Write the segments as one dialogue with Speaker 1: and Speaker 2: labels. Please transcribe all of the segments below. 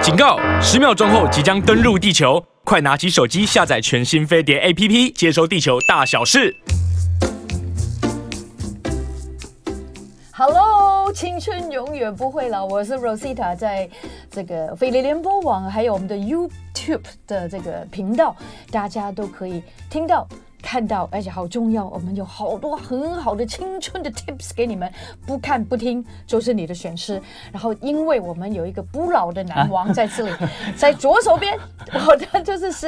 Speaker 1: 警告！10秒钟后即将登陆地球，快拿起手机下载全新飞碟 APP， 接收地球大小事。
Speaker 2: Hello， 青春永远不会老，我是 Rosita， 在这个飞碟联播网还有我们的 YouTube 的这个频道，大家都可以听到。看到，而且好重要，我们有好多很好的青春的 tips 给你们，不看不听就是你的损失。然后，因为我们有一个不老的男王在这里，在左手边，我的就是西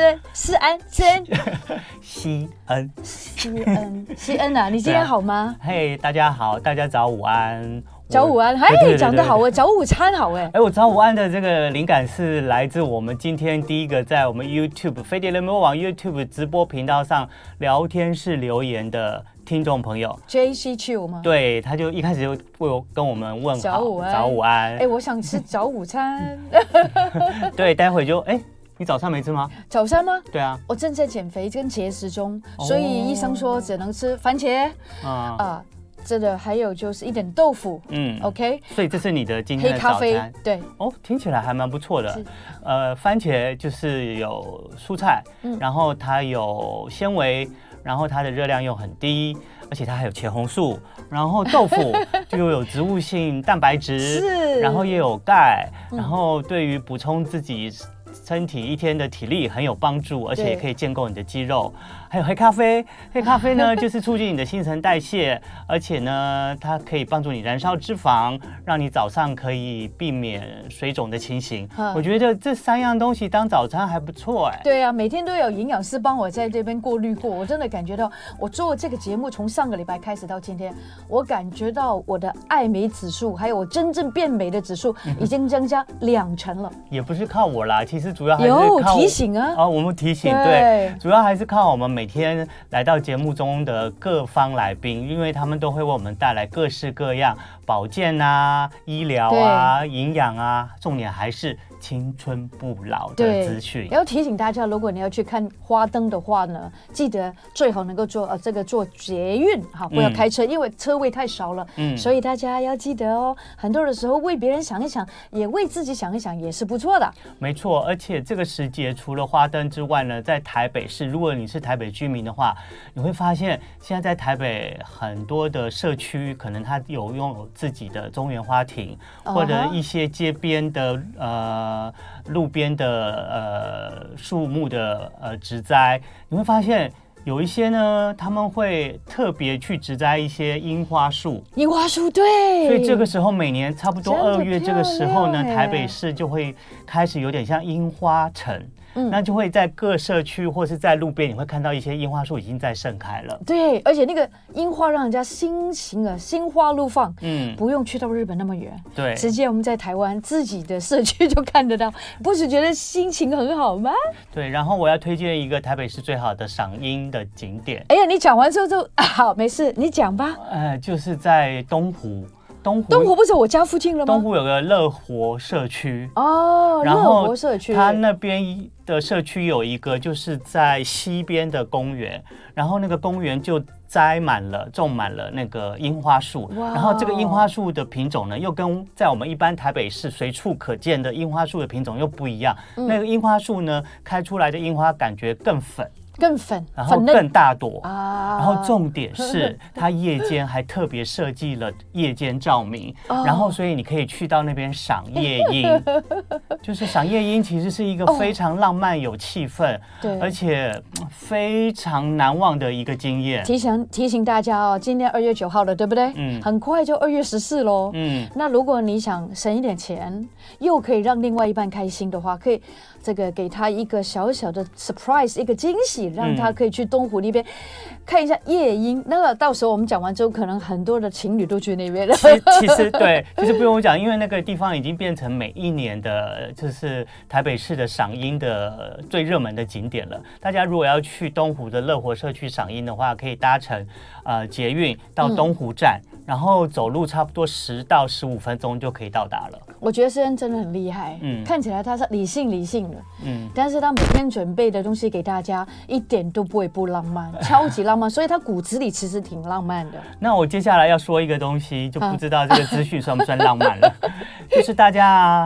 Speaker 2: 恩啊，你今天好吗？
Speaker 3: 嘿，大家好，大家早午安。
Speaker 2: 早午安，嘿，讲得好哎，早午餐好哎。
Speaker 3: 我早午安的这个灵感是来自我们今天第一个在我们 YouTube 飞碟联播网 YouTube 直播频道上聊天室留言的听众朋友
Speaker 2: JCQ 吗？
Speaker 3: 对，他就一开始就跟我们问好
Speaker 2: 早午安，
Speaker 3: 早午安。
Speaker 2: 我想吃早午餐。
Speaker 3: 对，待会就你早餐没吃吗？
Speaker 2: 早餐吗？
Speaker 3: 对啊，
Speaker 2: 我正在减肥跟节食中，所以医生说只能吃番茄这个还有就是一点豆腐，OK。所
Speaker 3: 以这是你的今天的早餐，
Speaker 2: 黑咖啡，对，
Speaker 3: 听起来还蛮不错的。番茄就是有蔬菜，然后它有纤维，然后它的热量又很低，而且它还有茄红素，然后豆腐就有植物性蛋白质，然后也有钙，然后对于补充自己身体一天的体力很有帮助，而且也可以建构你的肌肉。还有黑咖啡，黑咖啡呢就是促进你的新陈代谢，而且呢它可以帮助你燃烧脂肪，让你早上可以避免水肿的情形。我觉得这3样东西当早餐还不错
Speaker 2: 对啊，每天都有营养师帮我在这边过滤过，我真的感觉到我做这个节目从上个礼拜开始到今天，我感觉到我的爱美指数还有我真正变美的指数已经增加2成了。
Speaker 3: 也不是靠我啦，其实主要还是靠
Speaker 2: 提醒啊。
Speaker 3: 我们提醒，对，主要还是靠我们每天来到节目中的各方来宾，因为他们都会为我们带来各式各样保健啊、医疗啊、营养啊，重点还是青春不老的资讯。
Speaker 2: 要提醒大家，如果你要去看花灯的话呢，记得最好能够坐捷运哈，不要开车，因为车位太少了。所以大家要记得哦，很多的时候为别人想一想，也为自己想一想，也是不错的。
Speaker 3: 没错，而且这个时节除了花灯之外呢，在台北市，如果你是台北居民的话，你会发现现在在台北很多的社区，可能它拥有自己的中原花亭，或者一些街边的路边的树木的植栽，你会发现有一些呢，他们会特别去植栽一些樱花树。
Speaker 2: 樱花树，对。
Speaker 3: 所以这个时候，每年差不多2月这个时候呢，台北市就会开始有点像樱花城。那就会在各社区或是在路边，你会看到一些樱花树已经在盛开了。
Speaker 2: 对，而且那个樱花让人家心花怒放，不用去到日本那么远，
Speaker 3: 对，
Speaker 2: 直接我们在台湾自己的社区就看得到，不是觉得心情很好吗？对，
Speaker 3: 然后我要推荐一个台北市最好的赏樱的景点。
Speaker 2: 你讲完之后就好，没事，你讲吧。
Speaker 3: 就是在东湖。
Speaker 2: 东湖不是我家附近了吗？
Speaker 3: 东湖有个乐活社区
Speaker 2: 乐活社区，
Speaker 3: 它那边的社区有一个就是在西边的公园，然后那个公园就种满了那个樱花树，然后这个樱花树的品种呢，又跟在我们一般台北市随处可见的樱花树的品种又不一样。那个樱花树呢，开出来的樱花感觉更粉，然后更大朵然后重点是它夜间还特别设计了夜间照明，然后所以你可以去到那边赏夜樱。就是赏夜樱其实是一个非常浪漫有气氛，而且非常难忘的一个经验。
Speaker 2: 提醒大家哦，今天2月9号了，对不对？很快就2月14咯。那如果你想省一点钱，又可以让另外一半开心的话，可以给他一个小小的 surprise， 一个惊喜，让他可以去东湖那边看一下夜樱。那个到时候我们讲完之后，可能很多的情侣都去那边了。
Speaker 3: 其实不用讲，因为那个地方已经变成每一年的就是台北市的赏樱的最热门的景点了。大家如果要去东湖的乐活社区赏樱的话，可以搭乘捷运到东湖站，然后走路差不多10到15分钟就可以到达了。
Speaker 2: 我觉得诗恩真的很厉害，看起来他是理性的，但是他每天准备的东西给大家一点都不会不浪漫，超级浪漫，所以他骨子里其实挺浪漫的。
Speaker 3: 那我接下来要说一个东西，就不知道这个资讯算不算浪漫了，就是大家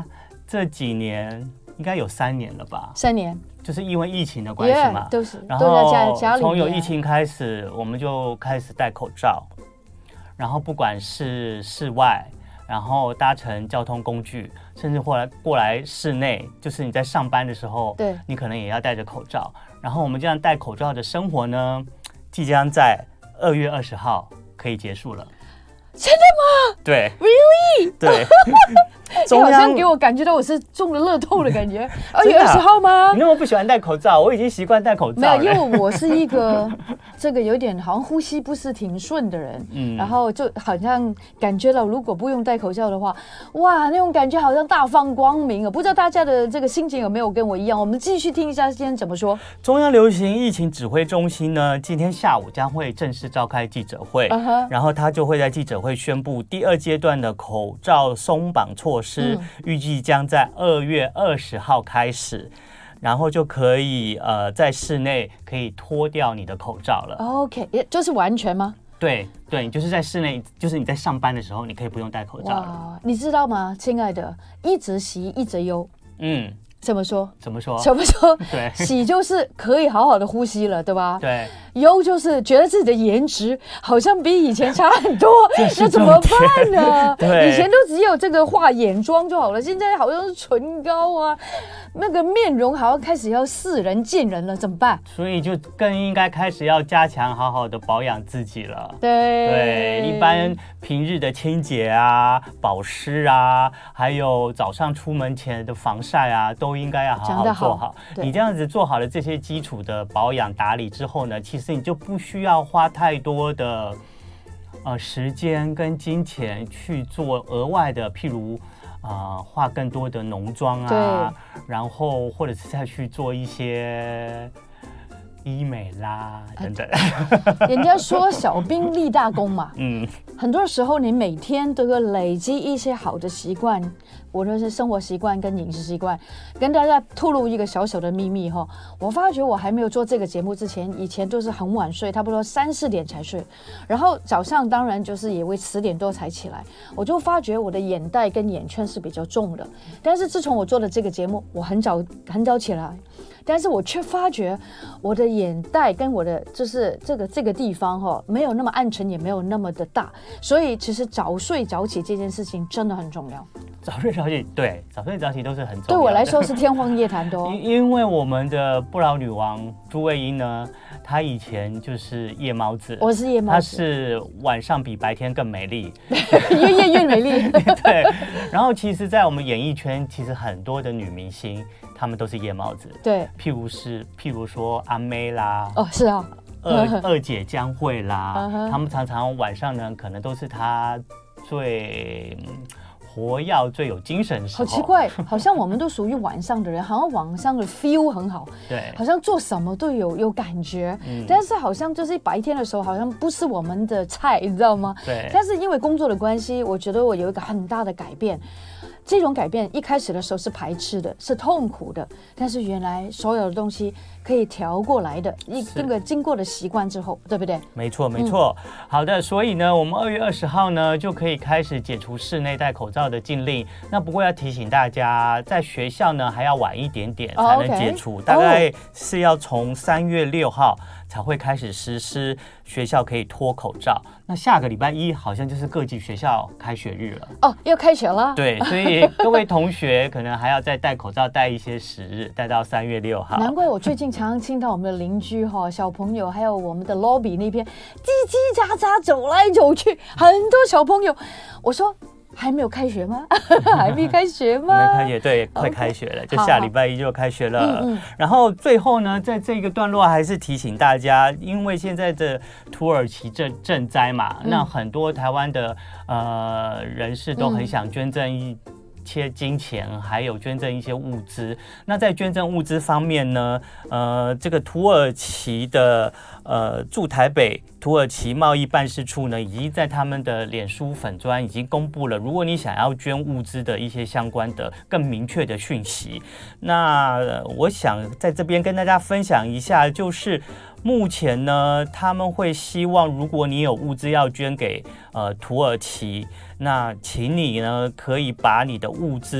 Speaker 3: 这几年应该有3年了吧
Speaker 2: ？3年，
Speaker 3: 就是因为疫情的关系嘛，
Speaker 2: 都是，
Speaker 3: 然
Speaker 2: 都在
Speaker 3: 后
Speaker 2: 家里面。
Speaker 3: 从有疫情开始，我们就开始戴口罩，然后不管是室外，然后搭乘交通工具，甚至过来室内，就是你在上班的时候，
Speaker 2: 对，
Speaker 3: 你可能也要戴着口罩。然后我们这样戴口罩的生活呢，即将在2月20号可以结束了。
Speaker 2: 真的吗？
Speaker 3: 对
Speaker 2: ，Really？
Speaker 3: 对。
Speaker 2: 你好像给我感觉到我是中了乐透的感觉。2月20号吗？
Speaker 3: 你那么不喜欢戴口罩，我已经习惯戴口罩了。
Speaker 2: 没有，因为我是一个这个有点好像呼吸不是挺顺的人，然后就好像感觉到如果不用戴口罩的话，哇，那种感觉好像大放光明啊！不知道大家的这个心情有没有跟我一样？我们继续听一下今天怎么说。
Speaker 3: 中央流行疫情指挥中心呢，今天下午将会正式召开记者会，然后他就会在记者会宣布第2阶段的口罩松绑措施，预计将在2月20号开始，然后就可以在室内可以脱掉你的口罩了。
Speaker 2: OK， 就是完全吗？
Speaker 3: 对，你就是在室内，就是你在上班的时候，你可以不用戴口罩了。
Speaker 2: 哇，你知道吗，亲爱的，一则喜，一则忧。怎么说？
Speaker 3: 对，
Speaker 2: 喜就是可以好好的呼吸了，对吧？
Speaker 3: 对。
Speaker 2: 忧就是觉得自己的颜值好像比以前差很多，那怎么办呢？
Speaker 3: 对，
Speaker 2: 以前都只有这个画眼妆就好了，现在好像是唇膏啊，那个面容好像开始要世人见人了，怎么办？
Speaker 3: 所以就更应该开始要加强好好的保养自己了。
Speaker 2: 对，
Speaker 3: 一般平日的清洁啊、保湿啊，还有早上出门前的防晒啊，都应该要好好做好。你这样子做好了这些基础的保养打理之后呢，其实你就不需要花太多的时间跟金钱去做额外的，譬如化更多的浓妆啊，然后或者是再去做一些医美啦等等。
Speaker 2: 人家说小兵立大功嘛，很多时候你每天都要累积一些好的习惯，无论是生活习惯跟饮食习惯。跟大家透露一个小小的秘密哈，我发觉我还没有做这个节目之前，以前都是很晚睡，差不多3、4点才睡，然后早上当然就是也会10点多才起来，我就发觉我的眼袋跟眼圈是比较重的。但是自从我做了这个节目，我很早起来，但是我却发觉我的眼袋跟我的就是这个地方没有那么暗沉，也没有那么的大，所以其实早睡早起这件事情真的很重要。
Speaker 3: 早睡早起，对，早睡早起都是很重要的。
Speaker 2: 对我来说是天方夜谭的哦。
Speaker 3: 因为我们的不老女王朱卫茵呢，她以前就是夜猫子，
Speaker 2: 我是夜猫子，
Speaker 3: 她是晚上比白天更美丽，
Speaker 2: 越美丽。
Speaker 3: 对，然后其实，在我们演艺圈，其实很多的女明星，她们都是夜猫子。
Speaker 2: 对，
Speaker 3: 譬如说阿妹啦，
Speaker 2: 是啊，
Speaker 3: 二姐江蕙啦，她们常常晚上呢，可能都是她最活跃、最有精神的时候。
Speaker 2: 好奇怪，好像我们都属于晚上的人，好像晚上的 feel 很好，
Speaker 3: 对，
Speaker 2: 好像做什么都有感觉，但是好像就是白天的时候，好像不是我们的菜，你知道吗？
Speaker 3: 对。
Speaker 2: 但是因为工作的关系，我觉得我有一个很大的改变。这种改变一开始的时候是排斥的，是痛苦的，但是原来所有的东西可以调过来的，这个经过的习惯之后，对不对？
Speaker 3: 没错。好的，所以呢，我们2月20号呢就可以开始解除室内戴口罩的禁令。那不过要提醒大家，在学校呢还要晚一点点才能解除，大概是要从3月6号才会开始实施，学校可以脱口罩。那下个礼拜1好像就是各级学校开学日了。
Speaker 2: 要开学了。
Speaker 3: 对，所以各位同学可能还要再戴口罩戴一些时日，戴到3月6号。
Speaker 2: 难怪我最近常常听到我们的邻居小朋友，还有我们的 lobby 那边叽叽喳喳走来走去，很多小朋友。我说还没有开学吗？还没开学吗？
Speaker 3: 没开学，对，快开学了，就下礼拜1就开学了。然后最后呢，在这个段落还是提醒大家，因为现在的土耳其震灾嘛，那很多台湾的人士都很想捐赠一些金钱，还有捐赠一些物资。那在捐赠物资方面呢，这个土耳其的驻台北土耳其贸易办事处呢，已经在他们的脸书粉专已经公布了，如果你想要捐物资的一些相关的更明确的讯息。那我想在这边跟大家分享一下，就是目前呢，他们会希望，如果你有物资要捐给土耳其，那请你呢可以把你的物资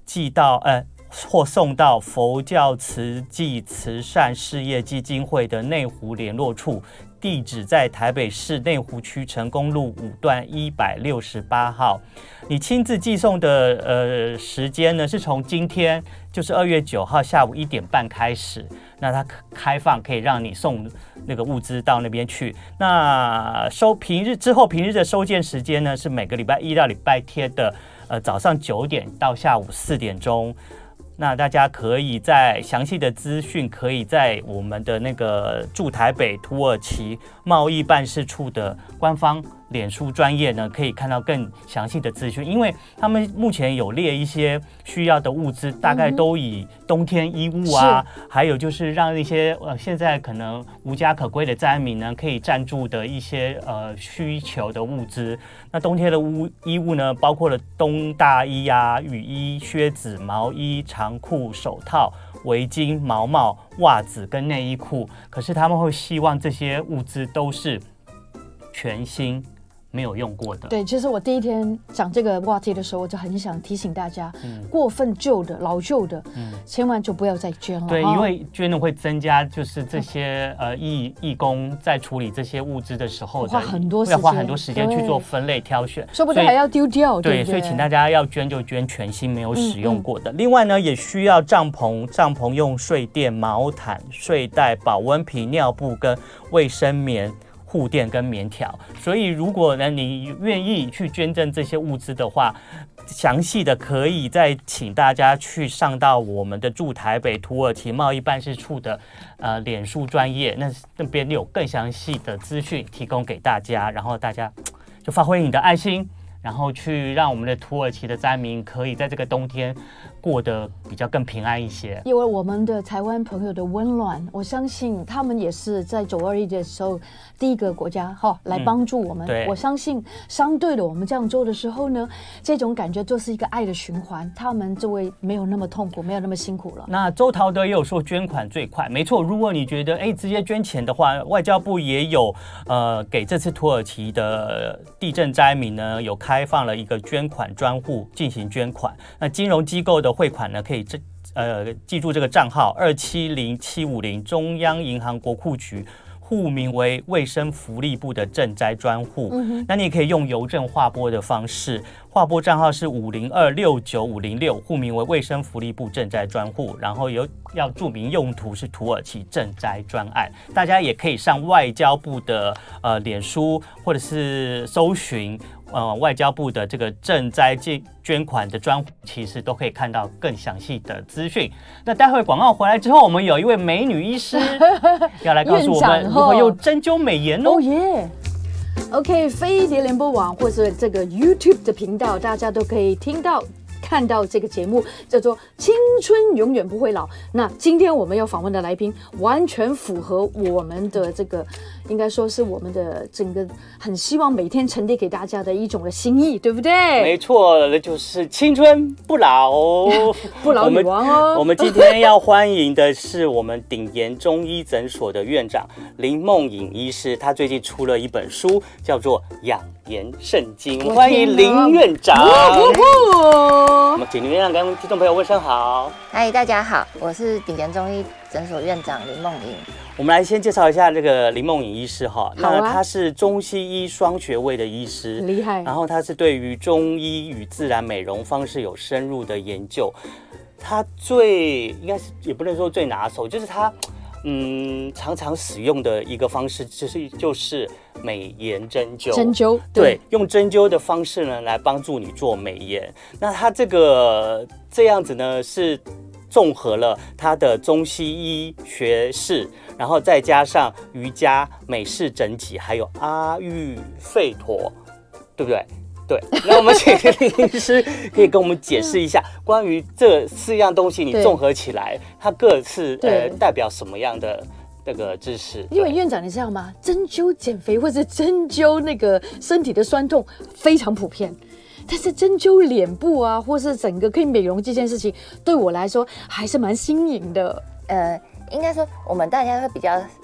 Speaker 3: 或送到佛教慈济慈善事业基金会的内湖联络处，地址在台北市内湖区成功路5段168号。你亲自寄送的时间呢，是从今天就是2月9号下午1点半开始。那它开放可以让你送那个物资到那边去。那平日的收件时间呢，是每个礼拜一到礼拜天的早上9点到下午4点钟。那大家可以在详细的资讯，可以在我们的那个驻台北土耳其贸易办事处的官方脸书专页呢，可以看到更详细的资讯。因为他们目前有列一些需要的物资，大概都以冬天衣物啊，还有就是让一些现在可能无家可归的灾民呢，可以赞助的一些需求的物资。那冬天的衣物呢，包括了冬大衣啊、雨衣、靴子、毛衣、长裤、手套、围巾、毛帽、袜子跟内衣裤。可是他们会希望这些物资都是全新没有用过的。
Speaker 2: 对，其实我第一天讲这个话题的时候，我就很想提醒大家，过分旧的、老旧的，千万就不要再捐了。
Speaker 3: 对，因为捐了会增加，就是这些义工在处理这些物资的时候
Speaker 2: 要花很多时间
Speaker 3: 去做分类挑选，
Speaker 2: 说不定还要丢掉。对，
Speaker 3: 所以请大家要捐就捐全新没有使用过的。另外呢，也需要帐篷用睡垫、毛毯、睡袋、保温皮、尿布跟卫生棉、护垫跟棉条。所以如果呢你愿意去捐赠这些物资的话，详细的可以再请大家去上到我们的驻台北土耳其贸易办事处的脸书专页，那边有更详细的资讯提供给大家，然后大家就发挥你的爱心，然后去让我们的土耳其的灾民可以在这个冬天过得比较更平安一些。
Speaker 2: 因为我们的台湾朋友的温暖，我相信他们也是在921的时候第一个国家来帮助我们。我相信相对的，我们这样做的时候呢，这种感觉就是一个爱的循环，他们就会没有那么痛苦，没有那么辛苦了。
Speaker 3: 那周陶德也有说捐款最快，没错。如果你觉得直接捐钱的话，外交部也有给这次土耳其的地震灾民呢有开放了一个捐款专户进行捐款。那金融机构的汇款呢，可以记住这个账号270750中央银行国库局，户名为卫生福利部的赈灾专户。那你也可以用邮政划拨的方式，划拨账号是50269506，户名为卫生福利部赈灾专户，然后要注明用途是土耳其赈灾专案。大家也可以上外交部的脸书，或者是搜寻外交部的这个赈灾捐款的专户，其实都可以看到更详细的资讯。那待会广告回来之后，我们有一位美女医师要来告诉我们如何用针灸美颜哦。
Speaker 2: OK， 飞碟联播网或者这个 YouTube 的频道，大家都可以看到这个节目叫做《青春永远不会老》。那今天我们要访问的来宾，完全符合我们的这个，应该说是我们的整个很希望每天传递给大家的一种的心意，对不对？
Speaker 3: 没错，那就是青春不老，
Speaker 2: 不老女王哦。
Speaker 3: 我们今天要欢迎的是我们鼎研中医诊所的院长林梦颖医师，他最近出了一本书，叫做《养颜圣经》。欢迎林院长。我们请林院长跟听众朋友问声好。
Speaker 4: 嗨，大家好，我是鼎研中医诊所院长林梦颖。
Speaker 3: 我们来先介绍一下这个林梦颖医师哈。那他是中西医双学位的医师，
Speaker 2: 厉害。
Speaker 3: 然后他是对于中医与自然美容方式有深入的研究。他应该是也不能说最拿手，就是他常常使用的一个方式就是美颜针灸。
Speaker 2: 针灸，
Speaker 3: 对，用针灸的方式呢来帮助你做美颜。那他这样子呢是综合了他的中西医学士，然后再加上瑜伽、美式整脊，还有阿育吠陀，对不对？对，那我们请林医师可以跟我们解释一下关于这4样东西，你综合起来，它各自代表什么样的那个知识？
Speaker 2: 因为院长你知道吗？针灸减肥或者针灸那个身体的酸痛非常普遍，但是针灸脸部啊，或是整个可以美容这件事情，对我来说还是蛮新颖的。
Speaker 4: 应该说我们大家会比较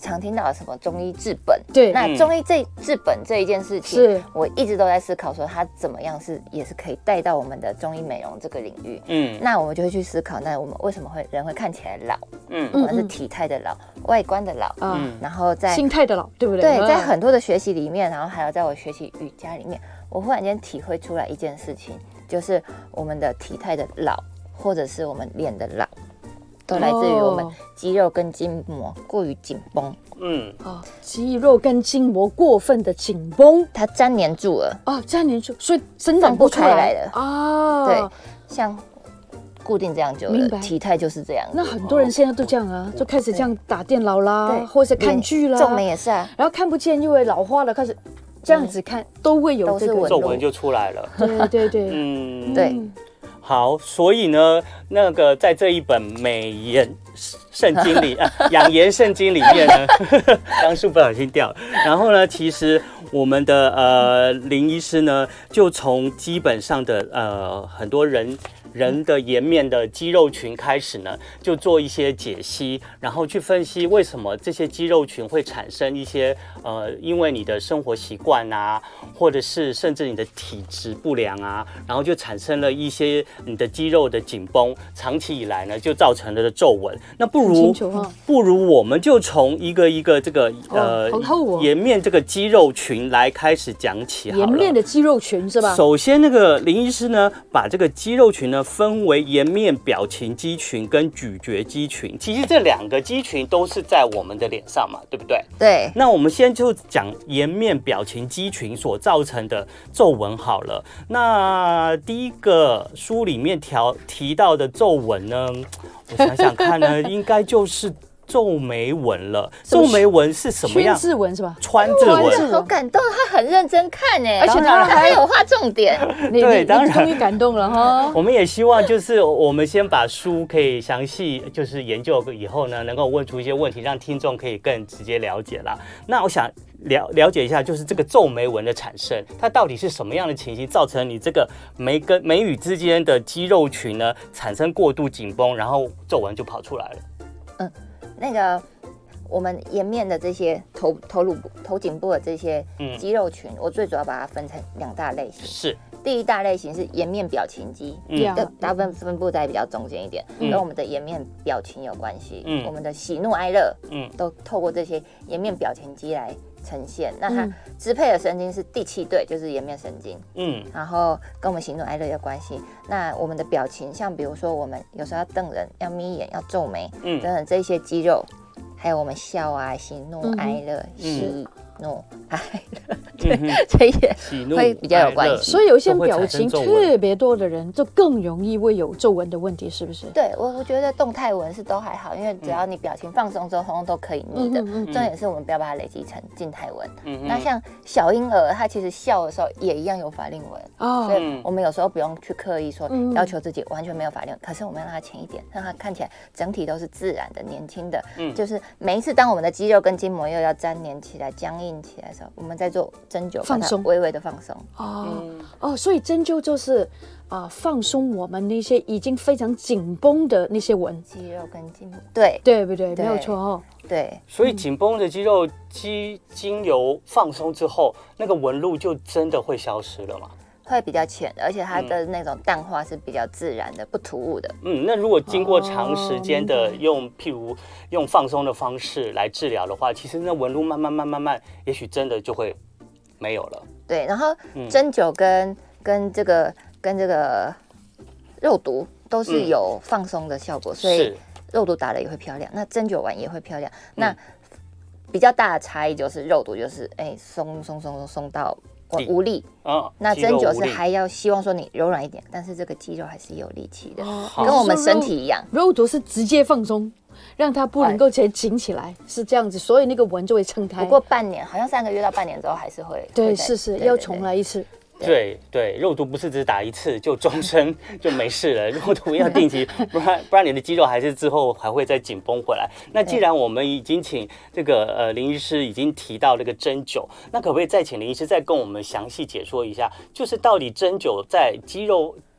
Speaker 4: 常听到的什么中医治本，
Speaker 2: 对
Speaker 4: 那中医治本这一件事情，
Speaker 2: 是
Speaker 4: 我一直都在思考说它怎么样也是可以带到我们的中医美容这个领域。那我们就会去思考，那我们为什么人会看起来老？不管是体态的老、外观的老，然后在
Speaker 2: 心态的老，对不对？
Speaker 4: 对，在很多的学习里面，然后还有在我学习瑜伽里面，我忽然间体会出来一件事情，就是我们的体态的老，或者是我们脸的老，都来自于我们肌肉跟筋膜过于紧绷。
Speaker 2: 肌肉跟筋膜过分的紧绷，
Speaker 4: 它粘黏住了
Speaker 2: 粘黏住，所以伸展不出来
Speaker 4: 了
Speaker 2: 啊。
Speaker 4: 对，像固定这样久了，体态就是这样。
Speaker 2: 那很多人现在都这样啊，就开始这样打电脑啦，或者看剧啦，
Speaker 4: 皱眉也是啊，
Speaker 2: 然后看不见，因为老花了，开始这样子看，都会有这个
Speaker 3: 皱纹就出来了。
Speaker 2: 对，
Speaker 4: 对。
Speaker 3: 好，所以呢，那个在这一本美颜圣经里养颜圣经里面呢，刚书不小心掉了。然后呢，其实我们的林医师呢，就从基本上的很多人的颜面的肌肉群开始呢，就做一些解析，然后去分析为什么这些肌肉群会产生一些因为你的生活习惯啊，或者是甚至你的体质不良啊，然后就产生了一些你的肌肉的紧绷，长期以来呢就造成了皱纹。那不如我们就从一个一个这个颜面这个肌肉群来开始讲起好了。
Speaker 2: 颜面的肌肉群是吧？
Speaker 3: 首先那个林医师呢，把这个肌肉群呢分为颜面表情肌群跟咀嚼肌群。其实这两个肌群都是在我们的脸上嘛，对不对？
Speaker 4: 对。
Speaker 3: 那我们先就讲颜面表情肌群所造成的皱纹好了。那第一个书里面提到的皱纹呢，我想想看呢，应该就是皱眉纹了。皱眉纹是什么样？
Speaker 2: 圈字纹是吧？
Speaker 3: 川字纹，
Speaker 4: 好感动，他很认真看哎，
Speaker 2: 而且他
Speaker 4: 还有画重点。
Speaker 2: 对，当然终于感动了哈。
Speaker 3: 我们也希望就是我们先把书可以详细就是研究以后呢，能够问出一些问题，让听众可以更直接了解啦。那我想了解一下，就是这个皱眉纹的产生，它到底是什么样的情形造成你这个眉跟眉宇之间的肌肉群呢产生过度紧绷，然后皱纹就跑出来了？
Speaker 4: 那个我们颜面的这些头颈部的这些肌肉群，我最主要把它分成两大类型。
Speaker 3: 是，
Speaker 4: 第一大类型是颜面表情肌，大部分分布在比较中间一点，跟我们的颜面表情有关系。我们的喜怒哀乐，都透过这些颜面表情肌来呈现。那它支配的神经是第七对，就是颜面神经。然后跟我们喜怒哀乐有关系。那我们的表情，像比如说我们有时候要瞪人、要眯眼、要皱眉，等等这些肌肉，还有我们笑啊、喜怒哀乐、喜怒哀乐，这些会比较有关系。
Speaker 2: 所以有些表情特别多的人，就更容易会有皱纹的问题，是不是？
Speaker 4: 对，我觉得动态纹是都还好，因为只要你表情放松之后，通通都可以逆的。重点是我们不要把它累积成静态纹。那像小婴儿，他其实笑的时候也一样有法令纹，所以我们有时候不用去刻意说要求自己完全没有法令纹，可是我们要让它浅一点，让它看起来整体都是自然的、年轻的。就是每一次当我们的肌肉跟筋膜又要粘连起来、僵硬起来的时候，我们在做针灸，
Speaker 2: 放松，
Speaker 4: 微微的放松。
Speaker 2: 所以针灸就是放松我们那些已经非常紧绷的那些纹，
Speaker 4: 肌肉跟筋膜，对
Speaker 2: 不对？没有错哦。
Speaker 4: 对，
Speaker 3: 所以紧绷的肌肉经由放松之后，那个纹路就真的会消失了吗？
Speaker 4: 会比较浅，而且它的那种淡化是比较自然的，不突兀的。
Speaker 3: 那如果经过长时间的譬如用放松的方式来治疗的话，其实那纹路慢慢，也许真的就会没有了。
Speaker 4: 对，然后针灸跟这个肉毒都是有放松的效果，所以肉毒打了也会漂亮，那针灸完也会漂亮。那比较大的差异就是肉毒就是松到无力，那针灸是还要希望说你柔软一点，但是这个肌肉还是有力气的，跟我们身体一样。
Speaker 2: 肉毒是直接放松，让它不能够直接紧起来，是这样子，所以那个纹就会撑开。
Speaker 4: 不过半年，好像3个月到半年之后还是会。
Speaker 2: 对，是要重来一次。
Speaker 3: 对，肉毒不是只打一次就终身就没事了，肉毒要定期，不然你的肌肉还是之后还会再紧绷回来。那既然我们已经请这个林医师已经提到这个针灸，那可不可以再请林医师再跟我们详细解说一下，就是到底针灸在肌肉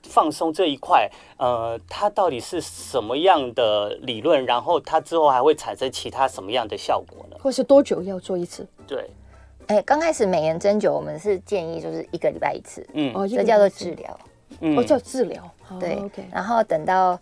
Speaker 3: 放松这一块，它到底是什么样的理论？然后它之后还会产生其他什么样的效果呢？
Speaker 2: 或是多久要做一次？
Speaker 3: 对，
Speaker 4: 刚开始美颜针灸我们是建议就是1个礼拜1次，这叫做治疗。
Speaker 2: 叫治疗。
Speaker 4: 对，然后等到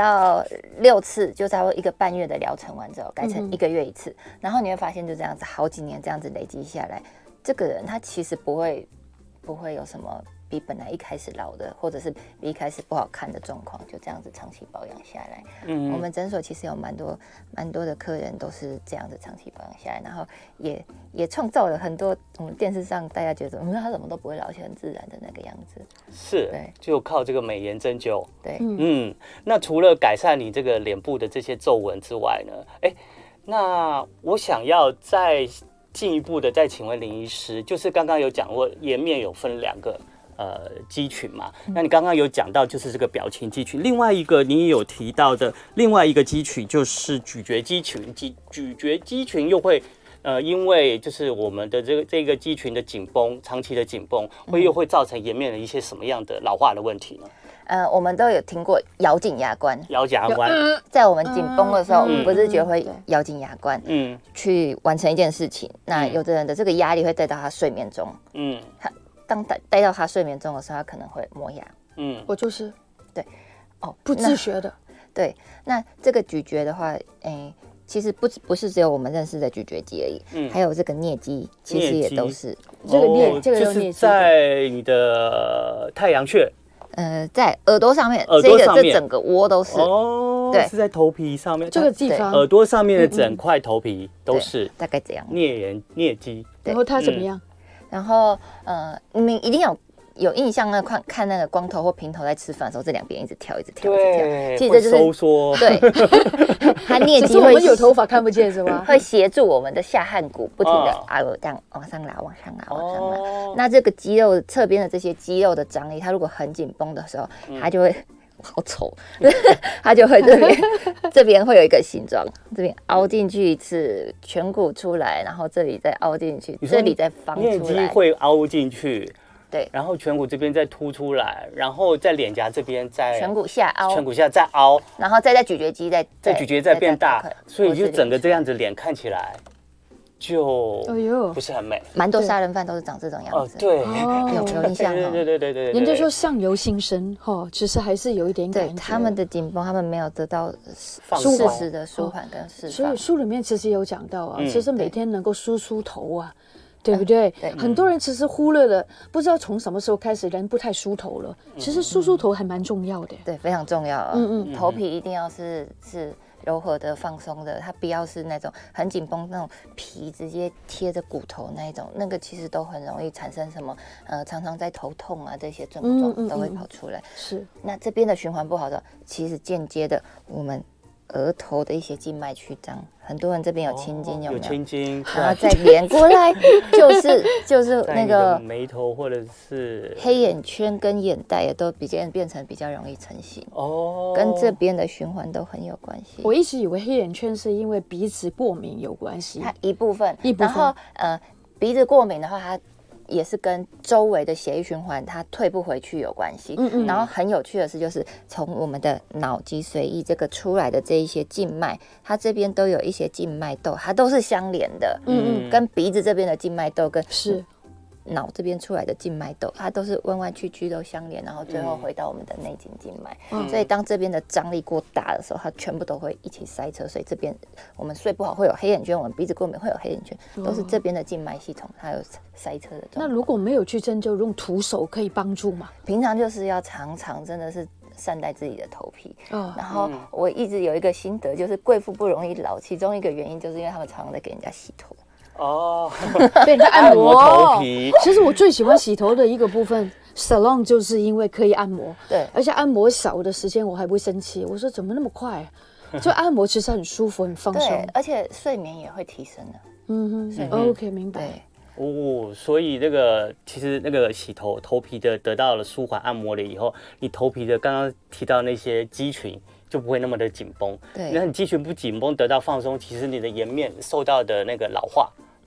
Speaker 4: 6次，就差不多1个半月的疗程完之后，改成1个月1次。然后你会发现，就这样子好几年这样子累积下来，这个人他其实不会有什么比本来一开始老的，或者是比一开始不好看的状况，就这样子长期保养下来。我们诊所其实有蛮多的客人都是这样子长期保养下来，然后也创造了很多我们电视上大家觉得他怎么都不会老，而且很自然的那个样子。
Speaker 3: 是，对，就靠这个美颜针灸。
Speaker 4: 对，
Speaker 3: 那除了改善你这个脸部的这些皱纹之外呢，那我想要再进一步的再请问林医师，就是刚刚有讲过颜面有分2个肌群嘛，那你刚刚有讲到就是这个表情肌群，另外一个你也有提到的另外一个肌群就是咀嚼肌群，咀嚼肌群又会因为就是我们的这个肌群的紧绷，长期的紧绷，又会造成颜面的一些什么样的老化的问题呢？
Speaker 4: 我们都有听过咬紧牙关，在我们紧绷的时候，我们不自觉会咬紧牙关，去完成一件事情。那有的人的这个压力会带到他睡眠中，当带到他睡眠中的时候，他可能会磨牙。
Speaker 2: 我就是
Speaker 4: 对，
Speaker 2: 不自觉的。
Speaker 4: 对，那这个咀嚼的话，其实不是只有我们认识的咀嚼肌而已，还有这个颞肌，其实也都是
Speaker 2: 这个颞
Speaker 3: 就是在你的太阳穴。
Speaker 4: 在耳朵上面，这整个窝都是对，
Speaker 3: 是在头皮上面，
Speaker 2: 这个地方，
Speaker 3: 耳朵上面的整块头皮都是
Speaker 4: 大概这样。
Speaker 3: 颞肌，
Speaker 2: 然后它怎么样？
Speaker 4: 然后你们一定有印象看那个光头或平头在吃饭的时候，这2边一直跳，其
Speaker 3: 实
Speaker 4: 这就是
Speaker 3: 收缩，
Speaker 4: 对，它颞肌
Speaker 2: 我们有头发看不见是吗？
Speaker 4: 会协助我们的下颌骨不停的这样往上拉，往上拉，往上拉。那这个肌肉侧边的这些肌肉的张力，它如果很紧绷的时候，它就会好丑，它就会这边会有一个形状，这边凹进去一次，颧骨出来，然后这里再凹进去，这里再放出来，
Speaker 3: 颞肌会凹进去。
Speaker 4: 对，
Speaker 3: 然后颧骨这边再凸出来，然后在脸颊这边再
Speaker 4: 颧骨下凹，
Speaker 3: 颧骨下再凹，
Speaker 4: 然后再在咀嚼肌再
Speaker 3: 咀嚼再变大，所以就整个这样子脸看起来就不是很美。
Speaker 4: 蛮多杀人犯都是长这种样子。
Speaker 3: 对，
Speaker 4: 有印象。
Speaker 3: 对。
Speaker 2: 人家说相由心生，其实还是有一点感觉。
Speaker 4: 对，他们的紧绷，他们没有得到适时的舒缓跟释放。
Speaker 2: 所以书里面其实有讲到啊，其实每天能够梳头啊。对不对？很多人其实忽略了，不知道从什么时候开始人不太梳头了。其实梳头还蛮重要的。
Speaker 4: 对，非常重要。头皮一定要是柔和的、放松的，它不要是那种很紧绷那种皮直接贴着骨头那一种，那个其实都很容易产生什么常常在头痛啊这些症状都会跑出来。
Speaker 2: 是，
Speaker 4: 那这边的循环不好的，其实间接的我们额头的一些静脉曲张，很多人这边有青筋，有没有？
Speaker 3: 有青筋，
Speaker 4: 然后再连过来就是那个
Speaker 3: 眉头或者是
Speaker 4: 黑眼圈跟眼袋也都变成比较容易成型跟这边的循环都很有关系。
Speaker 2: 我一直以为黑眼圈是因为鼻子过敏有关系，
Speaker 4: 它一部分，然后鼻子过敏的话，它也是跟周围的血液循环它退不回去有关系。然后很有趣的是，就是从我们的脑脊髓液这个出来的这一些静脉，它这边都有一些静脉窦，它都是相连的。跟鼻子这边的静脉窦跟
Speaker 2: 是
Speaker 4: 脑这边出来的静脉窦，它都是弯弯曲曲都相连，然后最后回到我们的内颈静脉。所以当这边的张力过大的时候，它全部都会一起塞车。所以这边我们睡不好会有黑眼圈，我们鼻子过敏会有黑眼圈，都是这边的静脉系统它有塞车的状况。
Speaker 2: 那如果没有去针灸，用徒手可以帮助吗？
Speaker 4: 平常就是要常常真的是善待自己的头皮。然后我一直有一个心得，就是贵妇不容易老，其中一个原因就是因为他们常常在给人家洗头。
Speaker 2: 被人家按摩
Speaker 3: 头皮。
Speaker 2: 其实我最喜欢洗头的一个部分 ，salon 就是因为可以按摩。
Speaker 4: 对，
Speaker 2: 而且按摩少的时间我还不会生气。我说怎么那么快？就按摩其实很舒服，很放松。
Speaker 4: 对，而且睡眠也会提升的。
Speaker 2: OK， 明白。
Speaker 3: 所以其实那个洗头皮的得到了舒缓按摩了以后，你头皮的刚刚提到那些肌群就不会那么的紧绷。
Speaker 4: 对，
Speaker 3: 那你肌群不紧绷，得到放松，其实你的颜面受到的那个老化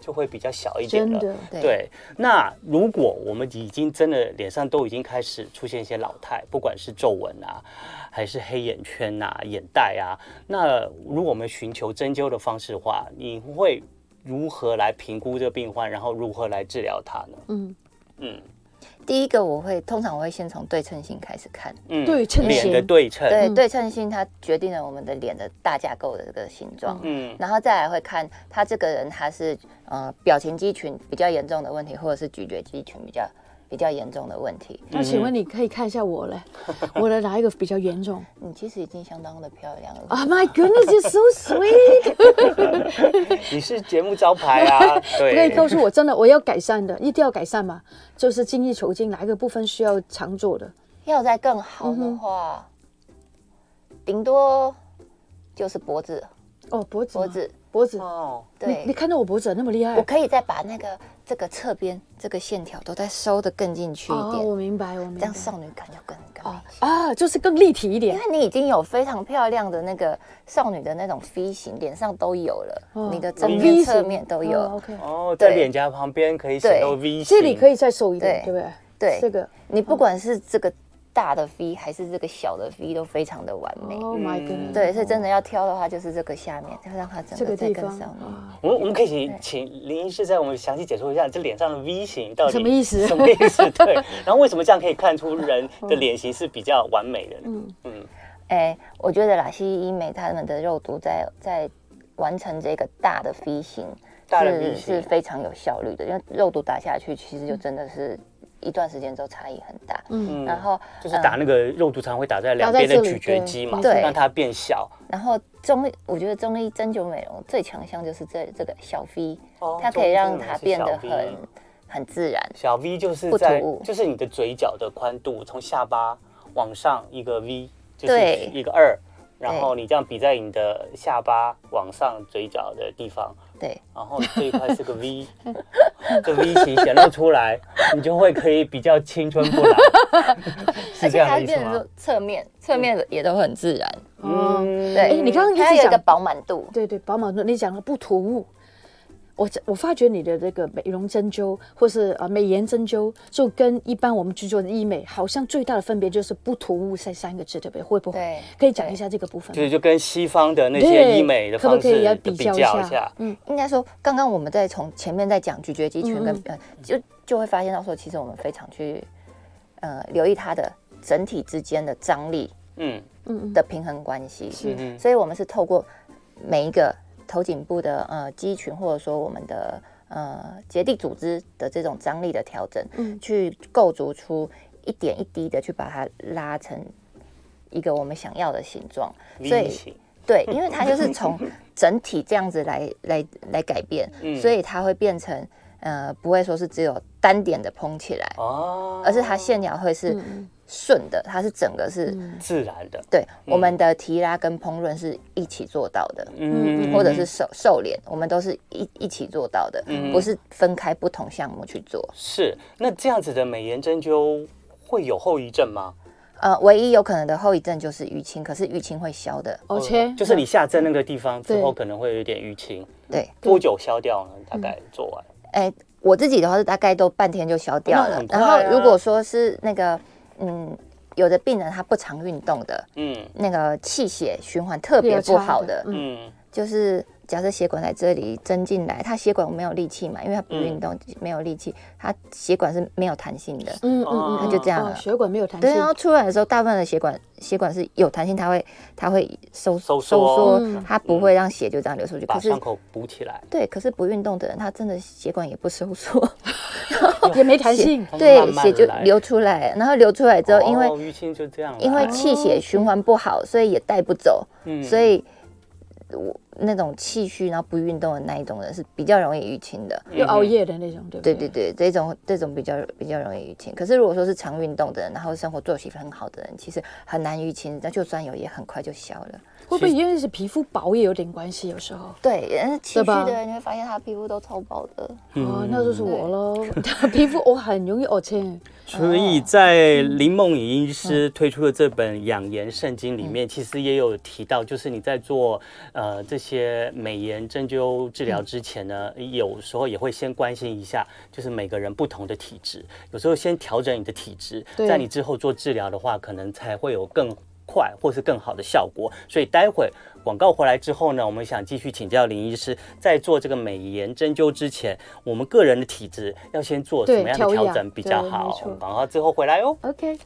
Speaker 3: 就会比较小一点了。
Speaker 2: 真的，
Speaker 3: 对。那如果我们已经真的脸上都已经开始出现一些老态，不管是皱纹啊，还是黑眼圈啊、眼袋啊，那如果我们寻求针灸的方式的话，你会如何来评估这个病患，然后如何来治疗它呢？
Speaker 4: 第一个通常我会先从对称性开始看，
Speaker 2: 对称
Speaker 3: 脸的对称，
Speaker 4: 对，对称性它决定了我们的脸的大架构的这个形状，然后再来会看他这个人他是表情肌群比较严重的问题，或者是咀嚼肌群比较严重的问题。
Speaker 2: 那请问你可以看一下我嘞，我的哪一个比较严重？
Speaker 4: 你其实已经相当的漂亮了。
Speaker 2: Oh my goodness, you're so sweet
Speaker 3: 你是节目招牌啊！对，
Speaker 2: 我可以告诉我，真的我要改善的，一定要改善嘛。就是精益求精，哪一个部分需要常做的？
Speaker 4: 要再更好的话，顶多就是脖子。
Speaker 2: 哦，脖子，
Speaker 4: 脖子。
Speaker 3: 哦，
Speaker 4: 对，
Speaker 2: 你看到我脖子那么厉害？
Speaker 4: 我可以再把这个侧边这个线条都再收得更进去一点。
Speaker 2: 哦，我明白，
Speaker 4: 这样少女感就更明显
Speaker 2: 啊，就是更立体一点。
Speaker 4: 因为你已经有非常漂亮的那个少女的那种 V 型，脸上都有了，你的正面、侧面都有。
Speaker 2: OK，
Speaker 3: 哦，在脸颊旁边可以显露 V 型，
Speaker 2: 这里可以再瘦一点，对不对？
Speaker 4: 对，
Speaker 2: 这个
Speaker 4: 你不管是这个大的 V 还是这个小的 V 都非常的完美。
Speaker 2: Oh my goodness！
Speaker 4: 对，所以真的要挑的话，就是这个下面，要让它整个再更上面。
Speaker 3: 我们可以请林医师在我们详细解说一下这脸上的 V 型到底
Speaker 2: 什么意思？
Speaker 3: 什么意思？对，然后为什么这样可以看出人的脸型是比较完美的呢？
Speaker 4: 我觉得啦，西医医美他们的肉毒在完成这个大的 V 型是非常有效率的，因为肉毒打下去，其实就真的是一段时间之后差异很大。然后
Speaker 3: 就是打那个肉毒常会打在两边的咀嚼肌嘛，
Speaker 4: 对，
Speaker 3: 让它变小。
Speaker 4: 然后我觉得中医针灸美容最强项就是这个小 V，它可以让它变得很自然。
Speaker 3: 小 V 就是就是你的嘴角的宽度，从下巴往上一个 V， 就是一个2。然后你这样比在你的下巴往上嘴角的地方，
Speaker 4: 对，
Speaker 3: 然后这一块是个 V， 这 V 型显露出来，你就会可以比较青春不老，是这样的意思吗？
Speaker 4: 侧面也都很自然，
Speaker 2: 对，你刚刚
Speaker 4: 它有一个饱满度，
Speaker 2: 对，饱满度，你讲了不突兀。我发觉你的这个美容针灸或是美颜针灸，就跟一般我们去做的医美，好像最大的分别就是不突兀这3个字，对不对？会不会？
Speaker 4: 对，
Speaker 2: 可以讲一下这个部分。
Speaker 3: 就跟西方的那些医美的方式比较一下。
Speaker 4: 应该说，刚刚我们在从前面在讲咀嚼肌群跟就会发现到说，其实我们非常去留意它的整体之间的张力，的平衡关系。所以我们是透过每一个头颈部的肌群，或者说我们的结缔组织的这种张力的调整，去构筑出一点一滴的去把它拉成一个我们想要的形状。所以对，因为它就是从整体这样子来改变，所以它会变成不会说是只有单点的蓬起来，而是它线条会是顺的，它是整个是
Speaker 3: 自然的。
Speaker 4: 对，我们的提拉跟烹饪是一起做到的，或者是瘦脸，我们都是一起做到的，不是分开不同项目去做。
Speaker 3: 是，那这样子的美颜针灸会有后遗症吗？
Speaker 4: 唯一有可能的后遗症就是淤青，可是淤青会消的。
Speaker 3: 就是你下针那个地方之后可能会有一点淤青。
Speaker 4: 对，
Speaker 3: 多久消掉呢？大概做完？
Speaker 4: 我自己的话是大概都半天就消掉了。然后如果说是那个有的病人他不常运动的，那个气血循环特别不好的，就是假设血管在这里针进来，他血管没有力气嘛，因为他不运动没有力气，他血管是没有弹性的，他就这样了。
Speaker 2: 血管没有弹性，
Speaker 4: 对，然后出来的时候，大部分的血管是有弹性，它会收缩，它不会让血就这样流出去，
Speaker 3: 把伤口补起来。
Speaker 4: 对，可是不运动的人，他真的血管也不收缩，
Speaker 2: 也没弹性，
Speaker 4: 对，血就流出来，然后流出来之后，因为
Speaker 3: 淤青就这样，
Speaker 4: 因为气血循环不好，所以也带不走，所以那种气虚然后不运动的那一种人是比较容易淤青的，
Speaker 2: 又熬夜的那种，对不对？
Speaker 4: 对，这种比较容易淤青。可是如果说是常运动的人，然后生活作息很好的人，其实很难淤青，那就算有也很快就消了。
Speaker 2: 会不会因为是皮肤薄也有点关系？有时候
Speaker 4: 对，气虚的人你会发现他皮肤都超薄的。
Speaker 2: 那就是我喽，皮肤我很容易凹青。
Speaker 3: 所以在林梦颖医师推出的这本养颜圣经里面，其实也有提到，就是你在做这些美颜针灸治疗之前呢，有时候也会先关心一下，就是每个人不同的体质，有时候先调整你的体质，在你之后做治疗的话，可能才会有更快或是更好的效果。所以待会广告回来之后呢，我们想继续请教林医师，在做这个美颜针灸之前，我们个人的体质要先做什么样的调整比较好？广告之后回来哦。
Speaker 2: OK。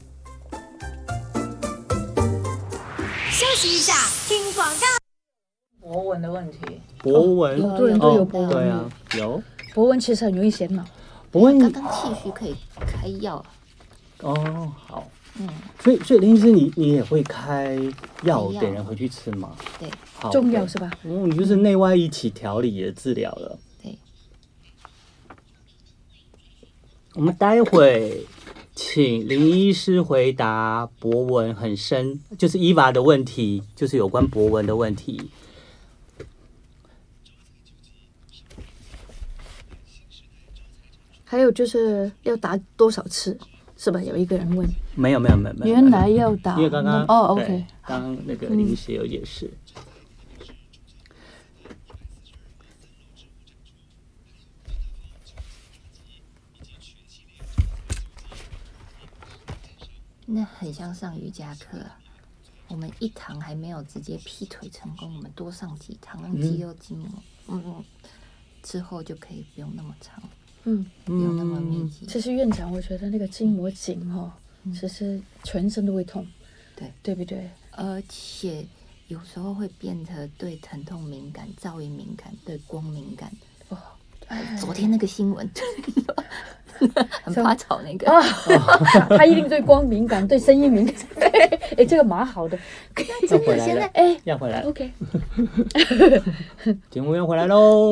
Speaker 5: 休息一下，听广告。
Speaker 2: 博文的问题，
Speaker 3: 博文，
Speaker 2: 很多人都有博文，
Speaker 3: 对啊，有
Speaker 2: 博文其实很容易显老。
Speaker 3: 博文
Speaker 4: 刚刚气虚可以开药。
Speaker 3: 哦，好，所以林医师你也会开药给人回去吃吗？
Speaker 4: 对，
Speaker 2: 中药是吧？
Speaker 3: 你就是内外一起调理的治疗了。
Speaker 4: 对，
Speaker 3: 我们待会请林医师回答博文很深，就是 Eva 的问题，就是有关博文的问题。
Speaker 2: 还有就是要打多少次，是吧？有一个人问。
Speaker 3: 没有。
Speaker 2: 原来要打，
Speaker 3: 因为刚刚
Speaker 2: OK，
Speaker 3: 刚刚那个林医师有解释。
Speaker 4: 那很像上瑜伽课啊，我们一堂还没有直接劈腿成功，我们多上几堂，让肌肉筋膜，之后就可以不用那么长，不用那么密集。
Speaker 2: 其实院长，我觉得那个筋膜紧其实全身都会痛，对不对？
Speaker 4: 而且有时候会变得对疼痛敏感、噪音敏感、对光敏感。昨天那个新闻。很怕吵那个
Speaker 2: 他一定对光敏感，对声音敏感。哎，这个蛮好的。
Speaker 3: 要回来了，要回来了。
Speaker 2: OK，
Speaker 3: 节目要回来喽。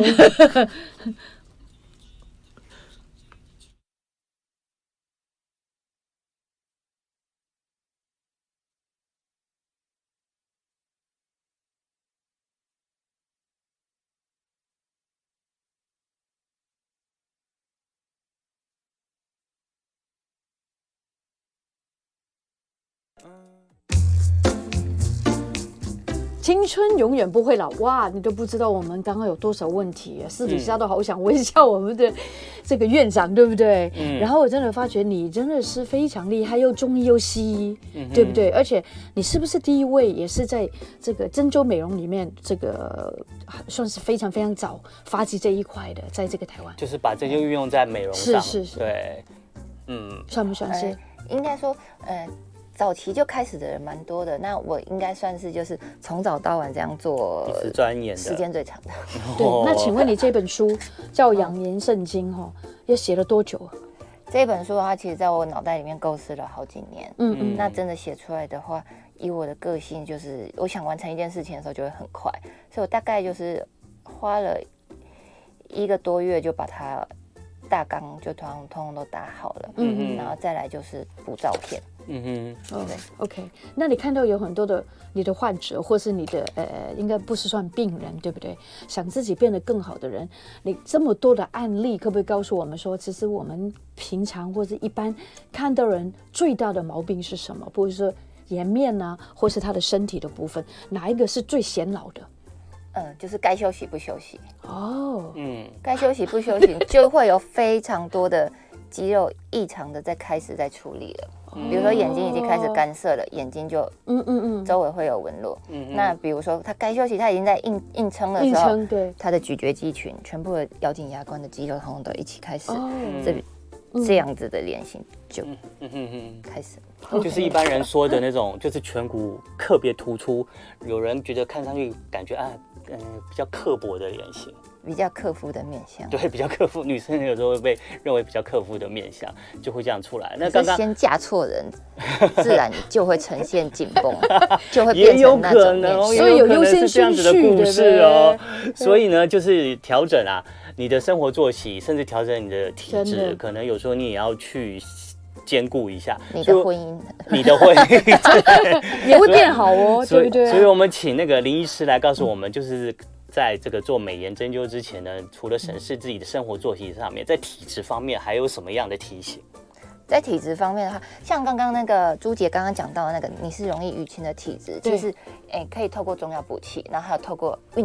Speaker 2: 青春永远不会老，哇！你都不知道我们刚刚有多少问题，私底下都好想问一下我们的这个院长，对不对？然后我真的发觉你真的是非常厉害，又中医又西医，对不对？而且你是不是第一位也是在这个针灸美容里面，这个算是非常非常早发迹这一块的，在这个台湾，
Speaker 3: 就是把这就运用在美容上，
Speaker 2: 是，
Speaker 3: 对，
Speaker 2: 算不算是？
Speaker 4: 应该说，早期就开始的人蛮多的，那我应该算是就是从早到晚这样做，
Speaker 3: 是钻研的
Speaker 4: 时间最长的。
Speaker 2: 对，那请问你这本书叫《养颜圣经》要写了多久啊？
Speaker 4: 这本书的话，其实在我脑袋里面构思了好几年。那真的写出来的话，以我的个性，就是我想完成一件事情的时候就会很快，所以我大概就是花了1个多月就把它大纲就通通都打好了。然后再来就是补照片。
Speaker 2: OK， 那你看到有很多的你的患者，或是你的应该不是算病人，对不对？想自己变得更好的人，你这么多的案例，可不可以告诉我们说，其实我们平常或是一般看到人最大的毛病是什么？不是说颜面啊，或是他的身体的部分，哪一个是最显老的？
Speaker 4: 就是该休息不休息。该休息不休息，就会有非常多的肌肉异常的开始在处理了。比如说眼睛已经开始干涩了，眼睛就周围会有纹路。那比如说他该休息，他已经在硬撑的时候，
Speaker 2: 对，
Speaker 4: 他的咀嚼肌群全部的咬紧牙关的肌肉通通都一起开始这样子的脸型就开始。
Speaker 3: 就是一般人说的那种，就是颧骨特别突出，有人觉得看上去感觉比较刻薄的脸型。
Speaker 4: 比较克夫的面相，
Speaker 3: 对，比较克夫，女生有时候会被认为比较克夫的面相，就会这样出来。那刚刚
Speaker 4: 先嫁错人，自然就会呈现紧绷，就会变成那种面相。
Speaker 2: 所以有优先顺序的
Speaker 3: 故事哦。所以呢，就是调整你的生活作息，甚至调整你的体质，可能有时候你也要去兼顾一下
Speaker 4: 你的婚姻，
Speaker 3: 你的婚姻
Speaker 2: 也会变好哦，对不对？
Speaker 3: 所以我们请那个林医师来告诉我们，就是在这个做美颜针灸之前呢，除了审视自己的生活作息上面，在体质方面还有什么样的提醒？
Speaker 4: 在体质方面的话，像刚刚那个朱姐刚刚讲到的那个，你是容易淤青的体质，其实可以透过中药补气，然后还有透过运动。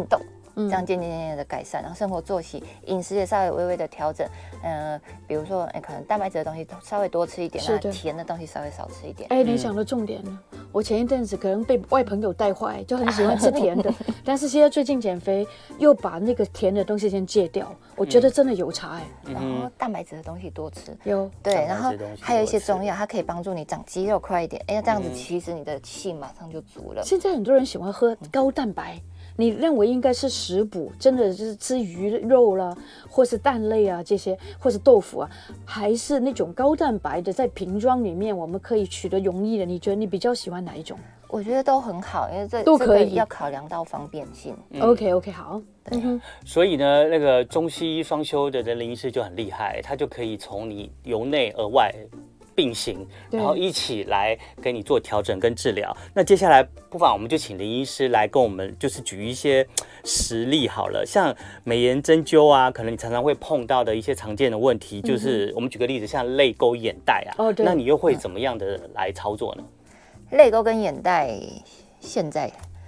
Speaker 4: 这样渐渐的改善，然后生活作息、饮食也稍微微微的调整。比如说，可能蛋白质的东西稍微多吃一点，甜的东西稍微少吃一点。
Speaker 2: 你讲的重点了。我前一阵子可能被外朋友带坏，就很喜欢吃甜的，但是现在最近减肥又把那个甜的东西先戒掉，我觉得真的有差
Speaker 4: 然后蛋白质的东西多吃，
Speaker 2: 有
Speaker 4: 对，然后还有一些中药，它可以帮助你长肌肉快一点。这样子其实你的气马上就足了。
Speaker 2: 现在很多人喜欢喝高蛋白。你认为应该是食补，真的就是吃鱼肉啦，或是蛋类啊这些，或是豆腐啊，还是那种高蛋白的，在瓶装里面我们可以取得容易的？你觉得你比较喜欢哪一种？
Speaker 4: 我觉得都很好，因为
Speaker 2: 都可以，
Speaker 4: 要考量到方便性。
Speaker 2: OK， 好。
Speaker 3: 所以呢，那个中西医双修的人林医师就很厉害，他就可以从你由内而外并行，然后一起来给你做调整跟治疗。那接下来不妨我们就请林医师来跟我们就是举一些实例好了，像美颜针灸啊，可能你常常会碰到的一些常见的问题，就是我们举个例子，像泪沟、眼袋啊，那你又会怎么样的来操作呢？
Speaker 4: 泪沟跟眼袋，现在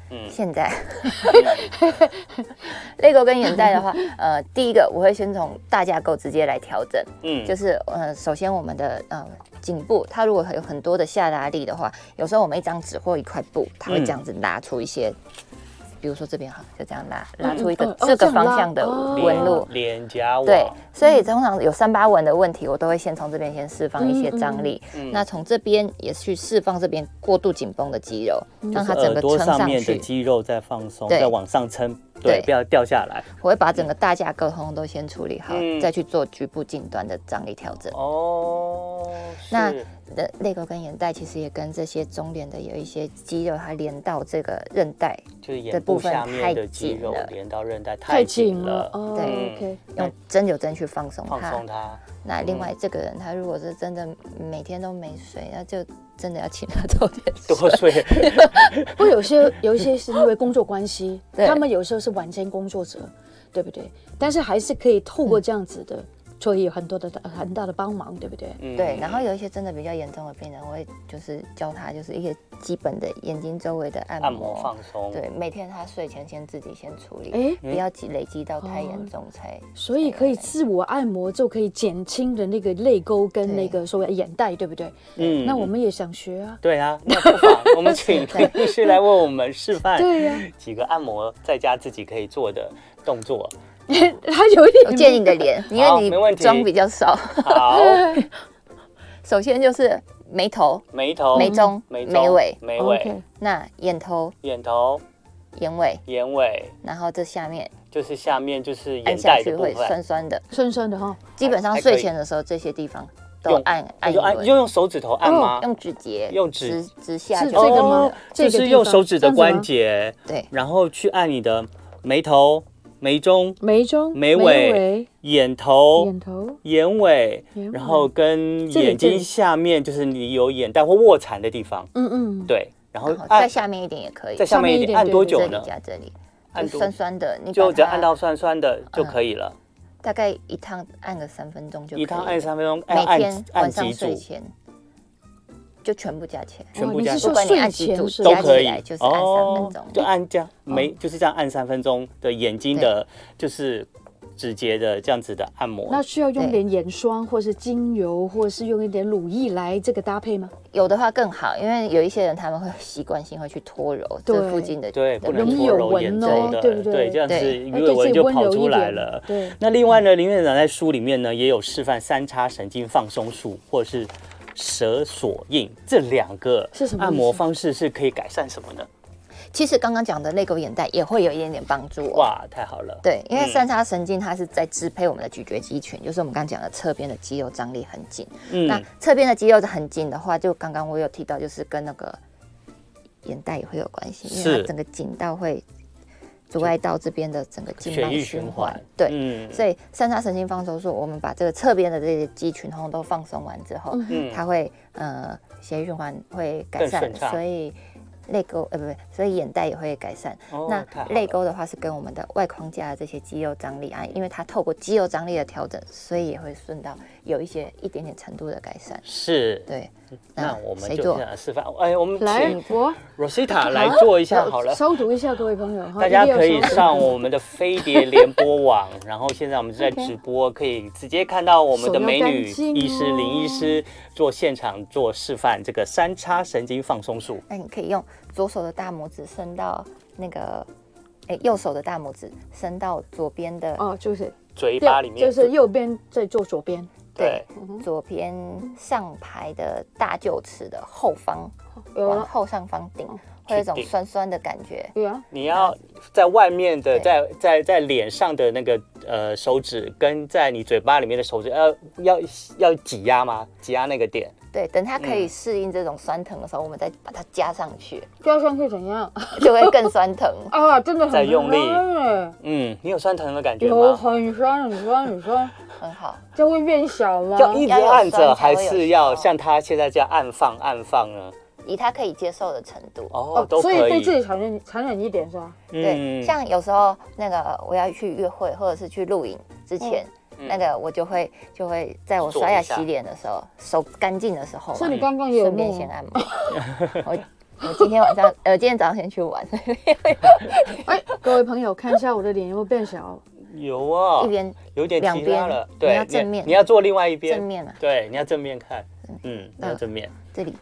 Speaker 4: 泪沟跟眼袋的话，第一个我会先从大架构直接来调整，就是首先我们的颈部，它如果有很多的下拉力的话，有时候我们一张纸或一块布，它会这样子拉出一些。比如说这边哈，就这样拉出一个这个方向的纹路，
Speaker 3: 脸颊网。
Speaker 4: 对，所以通常有3、8纹的问题，我都会先从这边先释放一些张力。那从这边也去释放这边过度紧绷的肌肉，让它整个撑上去。
Speaker 3: 耳朵上面的肌肉在放松，再往上撑，对，不要掉下来。
Speaker 4: 我会把整个大架构通通都先处理好，再去做局部近端的张力调整。那泪沟跟眼袋其实也跟这些中脸的有一些肌肉，它连到这个韧带，
Speaker 3: 就是眼部下面的肌肉连到韧带
Speaker 2: 太
Speaker 3: 紧
Speaker 2: 了。
Speaker 4: 对
Speaker 2: ，OK，
Speaker 4: 用针灸针去放松它。
Speaker 3: 放松它。
Speaker 4: 那另外这个人他如果是真的每天都没睡，那就真的要请他多点睡。
Speaker 3: 多睡。
Speaker 2: 不，有一些是因为工作关系，他们有时候是晚间工作者，对不对？但是还是可以透过这样子的。所以有很大的帮忙，对不对？
Speaker 4: 对。然后有一些真的比较严重的病人，我会就是教他就是一些基本的眼睛周围的按摩
Speaker 3: 放松。
Speaker 4: 对，每天他睡前自己先处理，不要累积到太严重才。
Speaker 2: 所以可以自我按摩就可以减轻的那个泪沟跟那个所谓眼袋，对不对？那我们也想学啊。
Speaker 3: 对啊，那不妨我们请林医师来为我们示范几个按摩在家自己可以做的动作。
Speaker 2: 他有点，
Speaker 4: 我见你的脸，因为你妆比较少。
Speaker 3: 好，
Speaker 4: 首先就是眉头、眉中、眉尾。那眼头、眼尾。然后这下面
Speaker 3: 就是眼袋的部分，
Speaker 4: 会酸的
Speaker 2: 哈。
Speaker 4: 基本上睡前的时候，这些地方都按一轮。
Speaker 3: 用手指头按吗？
Speaker 4: 用指节，
Speaker 3: 用
Speaker 4: 直下。
Speaker 2: 是这个吗？
Speaker 3: 就是用手指的关节，
Speaker 4: 对，
Speaker 3: 然后去按你的眉头。眉中、眉尾、眼头、眼尾，然后跟眼睛下面就是你有眼袋或卧蚕的地方，对，然后
Speaker 4: 在下面一点也可以，
Speaker 3: 在下面一点，按多久呢？
Speaker 4: 这里按酸酸的，你
Speaker 3: 就只要按到酸酸的就可以了。
Speaker 4: 大概一趟按个3分钟就可以，
Speaker 3: 一趟按3分钟，
Speaker 4: 每天晚上睡前。就全部加起来，
Speaker 3: 全部加
Speaker 2: 起来，
Speaker 4: 不管你按几组
Speaker 3: 都可以，
Speaker 4: 就是按3分钟，
Speaker 3: 就按这样就是这样按3分钟的眼睛的，就是指节的这样子的按摩。
Speaker 2: 那需要用点眼霜，或是精油，或是用一点乳液来这个搭配吗？
Speaker 4: 有的话更好，因为有一些人他们会习惯性会去搓揉这附近的，
Speaker 3: 对，不能搓揉眼周的，
Speaker 2: 对不对？
Speaker 3: 对，这样子鱼尾纹就跑出来了。
Speaker 2: 对。
Speaker 3: 那另外呢，林院长在书里面呢也有示范3叉神经放松术，或者是舌锁印，这2个按摩方式是可以改善什么呢？
Speaker 4: 其实刚刚讲的泪沟眼袋也会有一点点帮助
Speaker 3: 哇，太好了。
Speaker 4: 对，因为3叉神经它是在支配我们的咀嚼肌群，就是我们刚刚讲的侧边的肌肉张力很紧。那侧边的肌肉很紧的话，就刚刚我有提到，就是跟那个眼袋也会有关系，因为它整个紧到会阻碍到这边的整个静脉循环，对，所以3叉神经放松术，我们把这个侧边的这些肌群都放松完之后，它会血液循环会改善，所以泪沟不，所以眼袋也会改善。那泪沟的话是跟我们的外框架的这些肌肉张力啊，因为它透过肌肉张力的调整，所以也会顺道有一点程度的改善。
Speaker 3: 是，
Speaker 4: 对。
Speaker 3: 那我们就示范。哎，我们请
Speaker 2: 我
Speaker 3: Rosita 来做一下好了。
Speaker 2: 消毒一下，各位朋友，
Speaker 3: 大家可以上我们的飞碟联播网，然后现在我们在直播，可以直接看到我们的美女医师林医师做现场做示范这个3叉神经放松术。
Speaker 4: 那你可以用左手的大拇指伸到那个，右手的大拇指伸到左边的
Speaker 2: 就是
Speaker 3: 嘴巴里面，
Speaker 2: 就是右边在做左边。
Speaker 4: 对，左边上排的大臼齿的后方，往后上方顶，会有一种酸酸的感觉。
Speaker 3: 你要在外面的，在脸上的那个手指，跟在你嘴巴里面的手指，要挤压吗？挤压那个点。
Speaker 4: 对，等它可以适应这种酸疼的时候，我们再把它加上去。
Speaker 2: 加上去怎样？
Speaker 4: 就会更酸疼
Speaker 2: 啊！真的很
Speaker 3: 在用力。你有酸疼的感觉吗？
Speaker 2: 有，很酸，很酸，很酸。
Speaker 4: 很好。
Speaker 2: 这会变小吗？
Speaker 3: 要一直按着，还是要像他现在这样按放呢？
Speaker 4: 以他可以接受的程度
Speaker 3: 都可以。
Speaker 2: 所以对自己残忍一点是吧？
Speaker 4: 对，像有时候那个我要去约会或者是去露营之前，那个我就会在我刷牙洗脸的时候，手干净的时候，
Speaker 2: 所以你刚刚也有
Speaker 4: 顺便先按摩。我今天晚上今天早上先去玩。
Speaker 2: 各位朋友看一下我的脸有没有变小？
Speaker 3: 有啊，
Speaker 4: 一边
Speaker 3: 有点
Speaker 4: 两边
Speaker 3: 了。对，
Speaker 4: 你要正面，
Speaker 3: 你要做另外一边
Speaker 4: 正面嘛。
Speaker 3: 对，你要正面看。你要正面。
Speaker 4: 这里，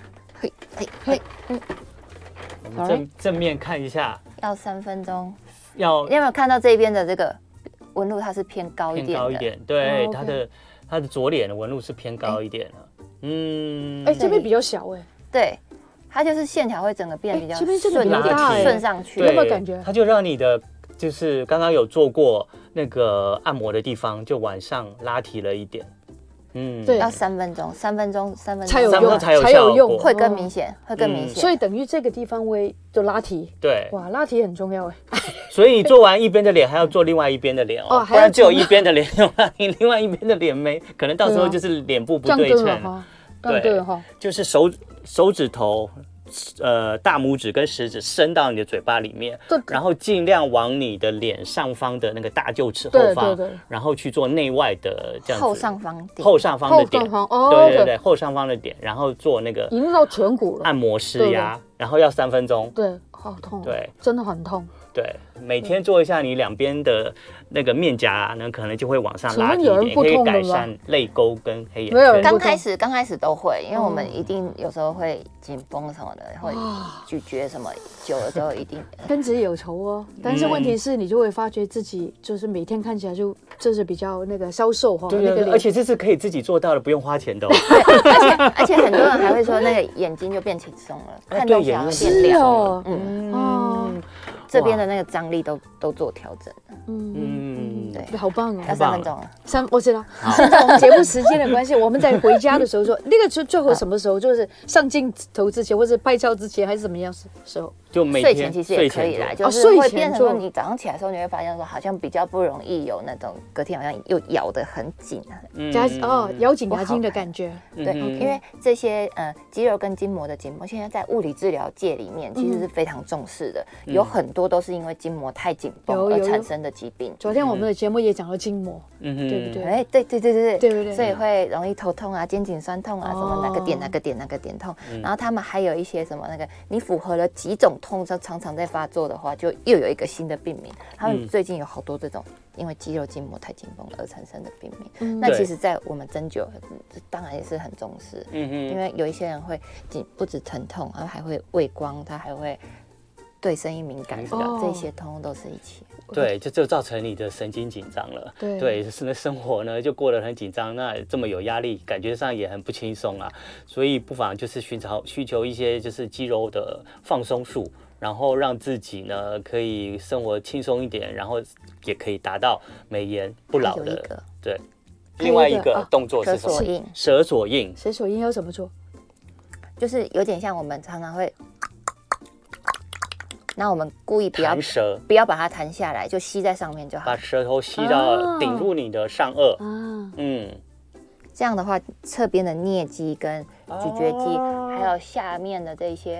Speaker 3: 我们正面看一下。
Speaker 4: 要3分钟。
Speaker 3: 你
Speaker 4: 有没有看到这边的这个纹路？它是偏高一点的。
Speaker 3: 偏高一点，对，它的左脸的纹路是偏高一点的。
Speaker 2: 这边比较小
Speaker 4: 对。它就是线条会整个变比较
Speaker 2: 顺
Speaker 4: 上去，
Speaker 2: 有没有感觉？
Speaker 3: 它就让你的就是刚刚有做过那个按摩的地方，就往上拉提了一点。
Speaker 2: 对，
Speaker 4: 要3分钟
Speaker 2: 才有用，
Speaker 4: 会更明显，
Speaker 2: 所以等于这个地方就拉提。
Speaker 3: 对，
Speaker 2: 哇，拉提很重要
Speaker 3: 所以你做完一边的脸，还要做另外一边的脸不然只有一边的脸用，你另外一边的脸没，可能到时候就是脸部不对称。
Speaker 2: 对哈，
Speaker 3: 就是手指头。大拇指跟食指伸到你的嘴巴里面，然后尽量往你的脸上方的那个大臼齿后方，然后去做内外的这样子
Speaker 4: 后上方
Speaker 3: 的点，对，后上方的点，然后做那个
Speaker 2: 已经到颧骨了，
Speaker 3: 按摩施压，然后要3分钟，
Speaker 2: 对，好痛，
Speaker 3: 对，
Speaker 2: 真的很痛。
Speaker 3: 对，每天做一下，你两边的那个面颊呢，可能就会往上拉提一点，可以改善泪沟跟黑眼圈。
Speaker 4: 刚开始都会，因为我们一定有时候会紧绷什么的，会咀嚼什么，久了之后一定
Speaker 2: 跟自己有仇哦。但是问题是你就会发觉自己就是每天看起来就是比较那个消瘦哈。
Speaker 3: 对，而且这是可以自己做到的，不用花钱的。
Speaker 4: 对，而且很多人还会说那个眼睛就变轻松了，看东西好像变亮了。这边的那个张力都做调整了。
Speaker 2: 对，好棒哦！
Speaker 4: 要3分钟了。
Speaker 2: 我知道。现在我们节目时间的关系，我们在回家的时候说，那个最后什么时候？就是上镜头之前，或者拍照之前，还是怎么样时候？
Speaker 3: 就每
Speaker 4: 天睡前其实也可以啦，就是会变成说你早上起来的时候，你会发现说好像比较不容易有那种隔天好像又咬得很紧
Speaker 2: 咬紧牙筋的感觉。
Speaker 4: 对，因为这些肌肉跟筋膜的紧绷，现在在物理治疗界里面其实是非常重视的，有很多都是因为筋膜太紧绷而产生的疾病。
Speaker 2: 昨天我们的节目也讲到筋膜，对不对？
Speaker 4: 对，所以会容易头痛啊、肩颈酸痛啊，什么哪个点痛，然后他们还有一些什么那个你符合了几种痛常常在发作的话，就又有一个新的病名。他们最近有好多这种因为肌肉筋膜太紧绷而产生的病名。那其实，在我们针灸当然也是很重视，因为有一些人会不止疼痛，然后还会畏光，他还会对声音敏感，这些通通都是一起。
Speaker 3: 对，就造成你的神经紧张了。对，生活呢就过得很紧张，那这么有压力，感觉上也很不轻松啊。所以不妨就是需求一些就是肌肉的放松术，然后让自己呢可以生活轻松一点，然后也可以达到美颜不老的。对，另外一个动作是什么？舌锁印。
Speaker 2: 舌锁印要怎么做？
Speaker 4: 就是有点像我们常常会。那我们故意不要把它弹下来，就吸在上面就好。
Speaker 3: 把舌头吸到顶入你的上颚。
Speaker 4: 这样的话，侧边的颞肌跟咀嚼肌，还有下面的这些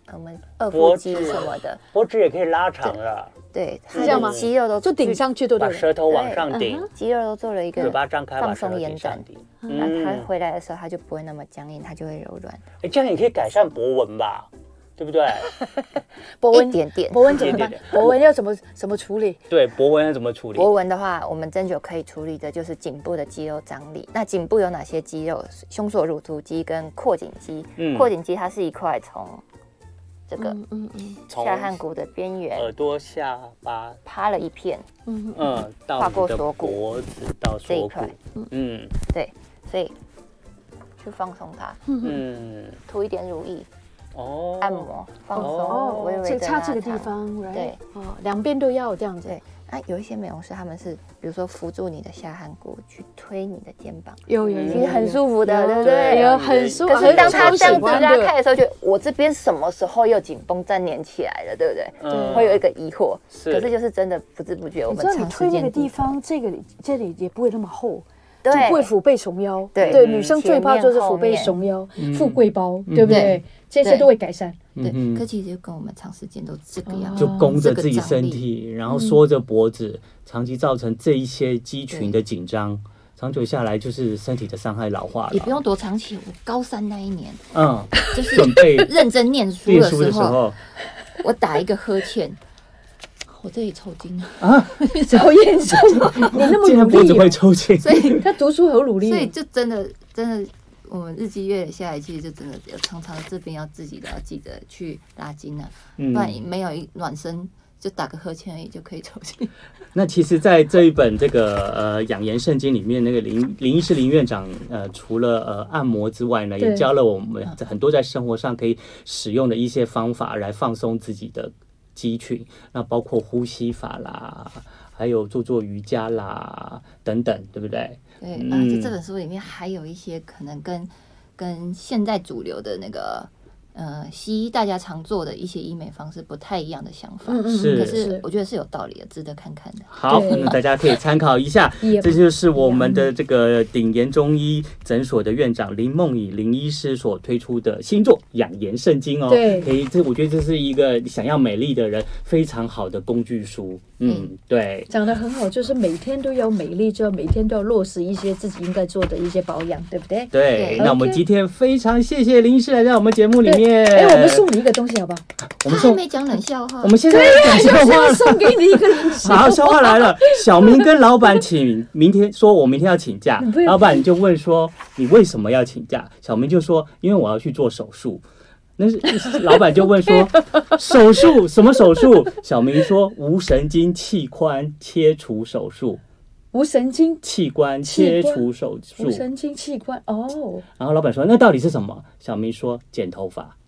Speaker 4: 我们二腹肌什么的，
Speaker 3: 脖子也可以拉长了。
Speaker 4: 对，
Speaker 2: 是这样吗？
Speaker 4: 肌肉都
Speaker 2: 就顶上去，对不对？
Speaker 3: 把舌头往上顶，
Speaker 4: 肌肉都做了一个
Speaker 3: 嘴巴张开，
Speaker 4: 放松延展。那它回来的时候，它就不会那么僵硬，它就会柔软。
Speaker 3: 这样也可以改善脖纹吧？对不对？
Speaker 2: 脖纹
Speaker 4: 一点点，
Speaker 2: 脖纹怎么办？脖纹要怎么处理？
Speaker 3: 对，脖纹要怎么处理？
Speaker 4: 脖纹的话，我们针灸可以处理的就是颈部的肌肉张力。那颈部有哪些肌肉？胸锁乳突肌跟阔颈肌。阔颈肌它是一块从这个下颌骨的边缘，
Speaker 3: 耳朵下巴
Speaker 4: 趴了一片，
Speaker 3: 到你的脖子到
Speaker 4: 这一块，对，所以去放松它，涂一点乳液。按摩放松，微微的
Speaker 2: 插这个地方，
Speaker 4: 对，
Speaker 2: 两边都要这样子。
Speaker 4: 对，那有一些美容师他们是，比如说扶住你的下颌骨去推你的肩膀，
Speaker 2: 有，
Speaker 4: 其实很舒服的，对不对？
Speaker 2: 有很舒服。
Speaker 4: 可是当他这样子大家看的时候，觉得我这边什么时候又紧绷粘连起来了，对不对？会有一个疑惑。可是就是真的不知不觉，我们长时间
Speaker 2: 推那个地方，这里也不会那么厚。
Speaker 4: 就
Speaker 2: 不会腹背熊腰，
Speaker 4: 对，
Speaker 2: 女生最怕就是腹背熊腰、富贵包，对不对？这些都会改善。
Speaker 4: 对，可其实就跟我们长时间都这个样子，
Speaker 6: 就弓着自己身体，然后缩着脖子，长期造成这一些肌群的紧张，长久下来就是身体的伤害老化了。
Speaker 4: 也不用多长期，我高三那一年，就是
Speaker 6: 准备
Speaker 4: 认真念书的时候，我打一个呵欠。我这里抽筋了啊，
Speaker 2: 好严重！你那么努力，
Speaker 6: 脖子会抽筋，
Speaker 4: 所以
Speaker 2: 他读书很努力，
Speaker 4: 所以就真的，我们日积月累下来，其实就真的常常这边要自己的要记得去拉筋啊，不然没有一暖身就打个呵欠而已就可以抽筋。
Speaker 6: 那其实，在这一本这个养颜圣经里面，那个林医师林院长除了按摩之外呢，也教了我们很多在生活上可以使用的一些方法来放松自己的肌群，那包括呼吸法啦，还有做瑜伽啦等等，对不对？
Speaker 4: 对，就这本书里面还有一些可能跟现在主流的那个西医大家常做的一些医美方式不太一样的想法，可是我觉得是有道理的，值得看看的。
Speaker 6: 好，那大家可以参考一下。这就是我们的这个鼎颜中医诊所的院长林梦怡林医师所推出的新作《养颜圣经》哦。
Speaker 2: 对，
Speaker 6: 我觉得这是一个想要美丽的人非常好的工具书。对，
Speaker 2: 讲得很好，就是每天都要美丽，就要每天都要落实一些自己应该做的一些保养，对不对？
Speaker 6: 对。那我们今天非常谢谢林医师来到我们节目里面。
Speaker 2: 我们送你一个东西好不好？
Speaker 6: 我们
Speaker 4: 还没讲冷笑话。
Speaker 6: 我们现在讲笑话，
Speaker 2: 送给你一个冷笑话。
Speaker 6: 好，笑话来了。小明跟老板明天要请假，老板就问说你为什么要请假？小明就说因为我要去做手术。那老板就问说手术什么手术？小明说无神经器官切除手术。
Speaker 2: 无神经
Speaker 6: 器官切除手术，
Speaker 2: 无神经器官哦。
Speaker 6: 然后老板说：“那到底是什么？”小明说：“剪头发。”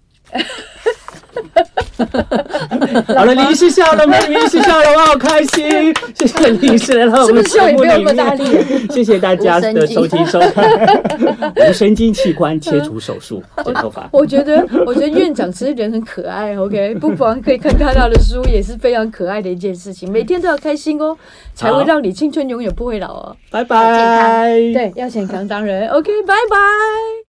Speaker 6: 好了，林医师笑了吗？林医师笑了，我好开心！谢谢林医师来到我们节目里面，谢谢大家的收听收看。无神经器官切除手术，剪头发。
Speaker 2: 我觉得院长其实人很可爱 ，OK， 不妨可以看看他的书，也是非常可爱的一件事情。每天都要开心哦，才会让你青春永远不会老哦。
Speaker 6: 拜拜。
Speaker 2: 对，要健康当然 OK， 拜拜。